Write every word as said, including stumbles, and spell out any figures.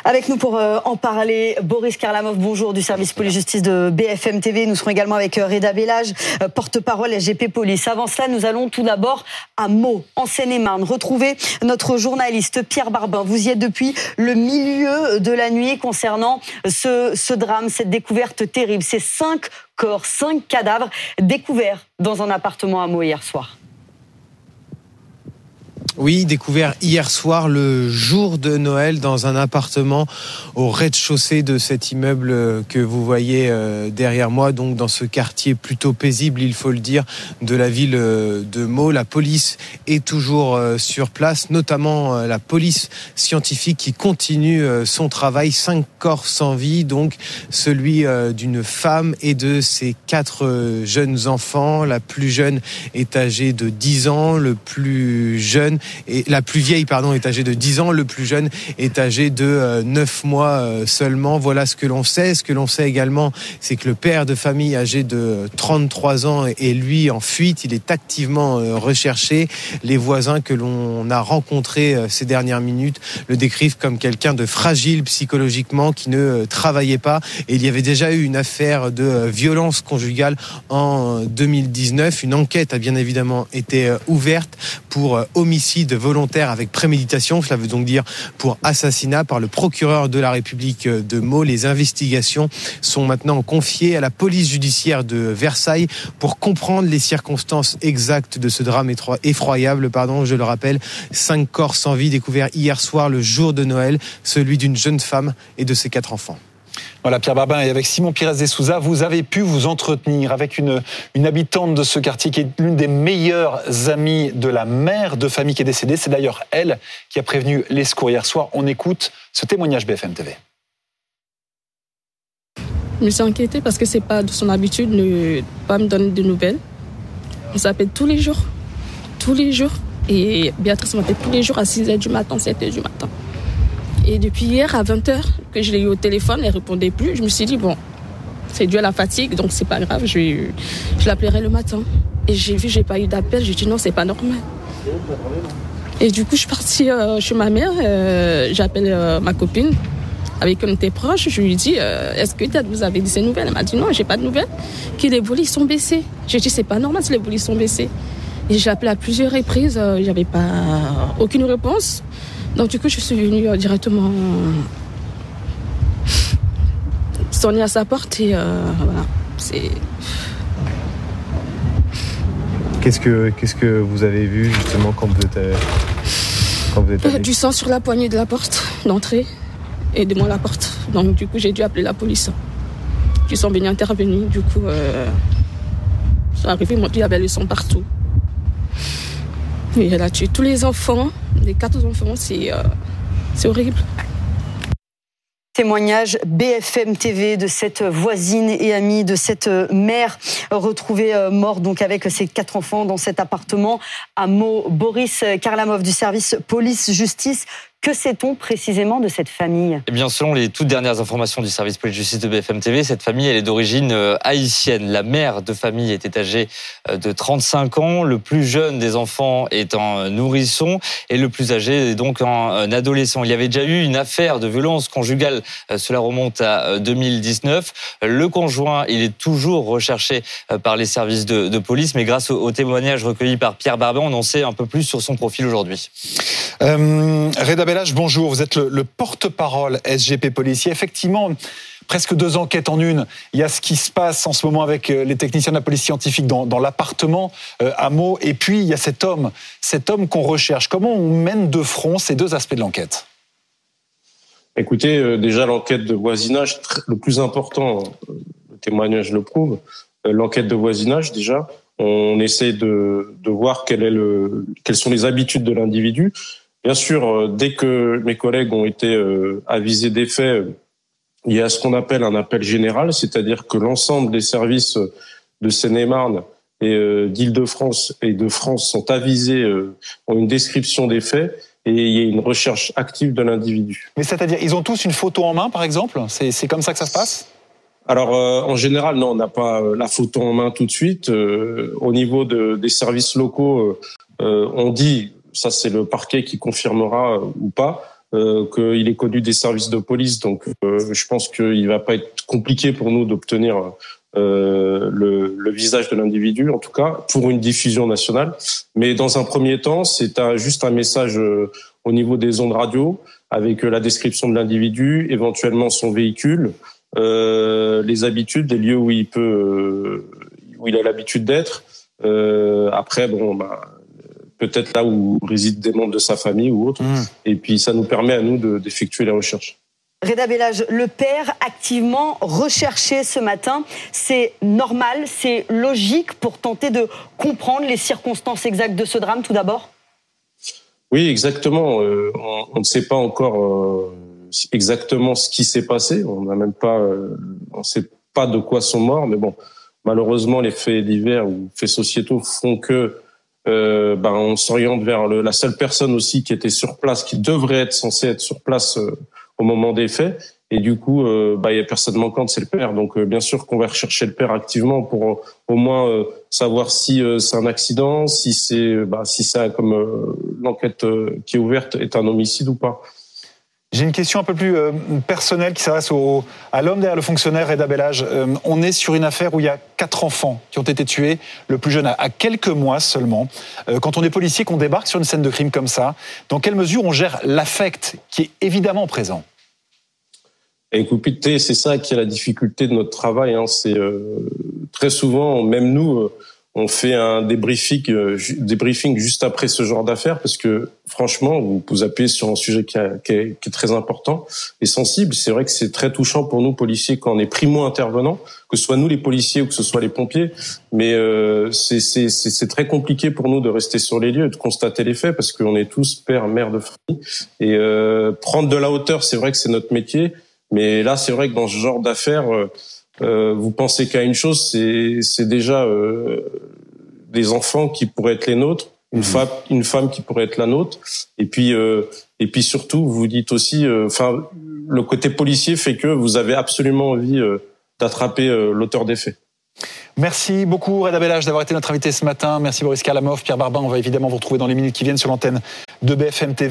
Avec nous pour euh, en parler, Boris Karlamov, bonjour, du service police-justice de B F M T V. Nous serons également avec euh, Reda Bellage, euh, porte-parole S G P Police. Avant cela, nous allons tout d'abord à Meaux, en Seine-et-Marne, retrouver notre journaliste Pierre Barbin. Vous y êtes depuis le milieu de la nuit concernant ce, ce drame, cette découverte terrible. Ces cinq corps, cinq cadavres découverts dans un appartement à Meaux hier soir. Oui, découvert hier soir, le jour de Noël, dans un appartement au rez-de-chaussée de cet immeuble que vous voyez derrière moi, donc dans ce quartier plutôt paisible, il faut le dire, de la ville de Meaux. La police est toujours sur place, notamment la police scientifique qui continue son travail. Cinq corps sans vie, donc celui d'une femme et de ses quatre jeunes enfants. La plus jeune est âgée de dix ans, le plus jeune et la plus vieille pardon est âgée de dix ans, le plus jeune est âgé de euh, neuf mois euh, seulement. Voilà ce que l'on sait. Ce que l'on sait également, c'est que le père de famille âgé de trente-trois ans est lui en fuite. Il est activement euh, recherché. Les voisins que l'on a rencontrés euh, ces dernières minutes le décrivent comme quelqu'un de fragile psychologiquement, qui ne euh, travaillait pas. Et il y avait déjà eu une affaire de euh, violence conjugale en deux mille dix-neuf. Une enquête a bien évidemment été euh, ouverte pour euh, homicide volontaire avec préméditation, cela veut donc dire pour assassinat, par le procureur de la République de Meaux. Les investigations sont maintenant confiées à la police judiciaire de Versailles pour comprendre les circonstances exactes de ce drame effroyable. Pardon, je le rappelle, cinq corps sans vie découverts hier soir, le jour de Noël, celui d'une jeune femme et de ses quatre enfants. Voilà, Pierre Barbin, et avec Simon Pires de Souza, vous avez pu vous entretenir avec une, une habitante de ce quartier qui est l'une des meilleures amies de la mère de famille qui est décédée. C'est d'ailleurs elle qui a prévenu les secours hier soir. On écoute ce témoignage B F M T V. Je me suis inquiétée parce que c'est pas de son habitude de ne pas me donner de nouvelles. On s'appelle tous les jours, tous les jours. Et Béatrice m'appelle tous les jours à six heures du matin, sept heures du matin. Et depuis hier, à vingt heures, que je l'ai eu au téléphone, elle ne répondait plus. Je me suis dit, bon, c'est dû à la fatigue, donc c'est pas grave, je, je l'appellerai le matin. Et j'ai vu, j'ai pas eu d'appel, j'ai dit non, c'est pas normal. Et du coup, je suis partie euh, chez ma mère, euh, j'appelle euh, ma copine, avec qui on était proche, je lui dis, euh, est-ce que vous avez des nouvelles? Elle m'a dit non, j'ai pas de nouvelles, que les volets sont baissés. J'ai dit, c'est pas normal si les volets sont baissés. Et j'ai appelé à plusieurs reprises, euh, j'avais pas aucune réponse. Donc du coup, je suis venue euh, directement sonner à sa porte et euh, voilà. C'est... Qu'est-ce que, qu'est-ce que vous avez vu justement quand vous êtes, quand vous êtes allé? Du sang sur la poignée de la porte d'entrée et de moi la porte. Donc du coup, j'ai dû appeler la police. Ils sont venus intervenir. Du coup, euh, ils sont arrivés, ils m'ont dit qu'il y avait le sang partout. Et elle a tué tous les enfants, les quatre enfants, c'est, euh, c'est horrible. Témoignage B F M T V de cette voisine et amie de cette mère retrouvée morte donc avec ses quatre enfants dans cet appartement à Meaux. Boris Karlamov du service police-justice. Que sait-on précisément de cette famille? Eh bien, selon les toutes dernières informations du service police-justice de B F M T V, cette famille, elle est d'origine haïtienne. La mère de famille était âgée de trente-cinq ans. Le plus jeune des enfants est un nourrisson et le plus âgé est donc un adolescent. Il y avait déjà eu une affaire de violence conjugale. Cela remonte à deux mille dix-neuf. Le conjoint, il est toujours recherché par les services de, de police, mais grâce au, au témoignage recueilli par Pierre Barbin, on en sait un peu plus sur son profil aujourd'hui. Euh, Reda Bellage, bonjour. Vous êtes le, le porte-parole S G P Police. Il y a effectivement presque deux enquêtes en une. Il y a ce qui se passe en ce moment avec les techniciens de la police scientifique dans, dans l'appartement euh, à Meaux. Et puis, il y a cet homme, cet homme qu'on recherche. Comment on mène de front ces deux aspects de l'enquête? Écoutez, euh, déjà l'enquête de voisinage, le plus important, le témoignage le prouve, euh, l'enquête de voisinage déjà, on essaie de, de voir quel est le, quelles sont les habitudes de l'individu. Bien sûr, euh, dès que mes collègues ont été euh, avisés des faits, euh, il y a ce qu'on appelle un appel général, c'est-à-dire que l'ensemble des services de Seine-et-Marne et euh, d'Île-de-France et de France sont avisés, euh, ont une description des faits. Et il y a une recherche active de l'individu. Mais c'est-à-dire, ils ont tous une photo en main, par exemple? C'est, c'est comme ça que ça se passe? Alors, euh, en général, non, on n'a pas la photo en main tout de suite. Euh, au niveau de, des services locaux, euh, on dit, ça c'est le parquet qui confirmera euh, ou pas, euh, qu'il est connu des services de police. Donc, euh, je pense qu'il va pas être compliqué pour nous d'obtenir euh, le, le visage de l'individu, en tout cas, pour une diffusion nationale. Mais dans un premier temps, c'est un, juste un message euh, au niveau des ondes radio, avec la description de l'individu, éventuellement son véhicule, euh, les habitudes, les lieux où il peut, euh, où il a l'habitude d'être. Euh, après, bon, bah, peut-être là où résident des membres de sa famille ou autre. Mmh. Et puis, ça nous permet à nous de, d'effectuer les recherches. Reda Bellage, le père activement recherché ce matin, c'est normal, c'est logique pour tenter de comprendre les circonstances exactes de ce drame, tout d'abord ? Oui, exactement. Euh, on, on ne sait pas encore euh, exactement ce qui s'est passé. On n'a même pas, euh, on ne sait pas de quoi sont morts. Mais bon, malheureusement, les faits divers ou faits sociétaux font que euh, ben on s'oriente vers le, la seule personne aussi qui était sur place, qui devrait être censée être sur place euh, au moment des faits. Et du coup, euh, bah, il y a personne manquante, c'est le père. Donc, euh, bien sûr qu'on va rechercher le père activement pour euh, au moins euh, savoir si euh, c'est un accident, si c'est, bah, si c'est comme euh, l'enquête euh, qui est ouverte est un homicide ou pas. J'ai une question un peu plus euh, personnelle qui s'adresse au, à l'homme derrière le fonctionnaire, Reda Bellage. Euh, on est sur une affaire où il y a quatre enfants qui ont été tués, le plus jeune à, à quelques mois seulement. Euh, quand on est policier, qu'on débarque sur une scène de crime comme ça, dans quelle mesure on gère l'affect qui est évidemment présent ? Écoutez, c'est ça qui est la difficulté de notre travail. Hein. C'est euh, très souvent, même nous, euh, on fait un débriefing, euh, débriefing juste après ce genre d'affaires parce que, franchement, vous vous appuyez sur un sujet qui, a, qui, est, qui est très important et sensible. C'est vrai que c'est très touchant pour nous policiers quand on est primo-intervenants, que ce soit nous les policiers ou que ce soit les pompiers. Mais euh, c'est, c'est, c'est, c'est très compliqué pour nous de rester sur les lieux et de constater les faits parce qu'on est tous pères, mères de famille. Et euh, prendre de la hauteur, c'est vrai que c'est notre métier. Mais là, c'est vrai que dans ce genre d'affaires, euh, vous pensez qu'à une chose, c'est, c'est déjà euh, des enfants qui pourraient être les nôtres, une, mmh. femme, une femme qui pourrait être la nôtre, et puis euh, et puis surtout, vous dites aussi, enfin, euh, le côté policier fait que vous avez absolument envie euh, d'attraper euh, l'auteur des faits. Merci beaucoup Reda Bellage d'avoir été notre invité ce matin. Merci Boris Karlamov, Pierre Barbin. On va évidemment vous retrouver dans les minutes qui viennent sur l'antenne de B F M T V.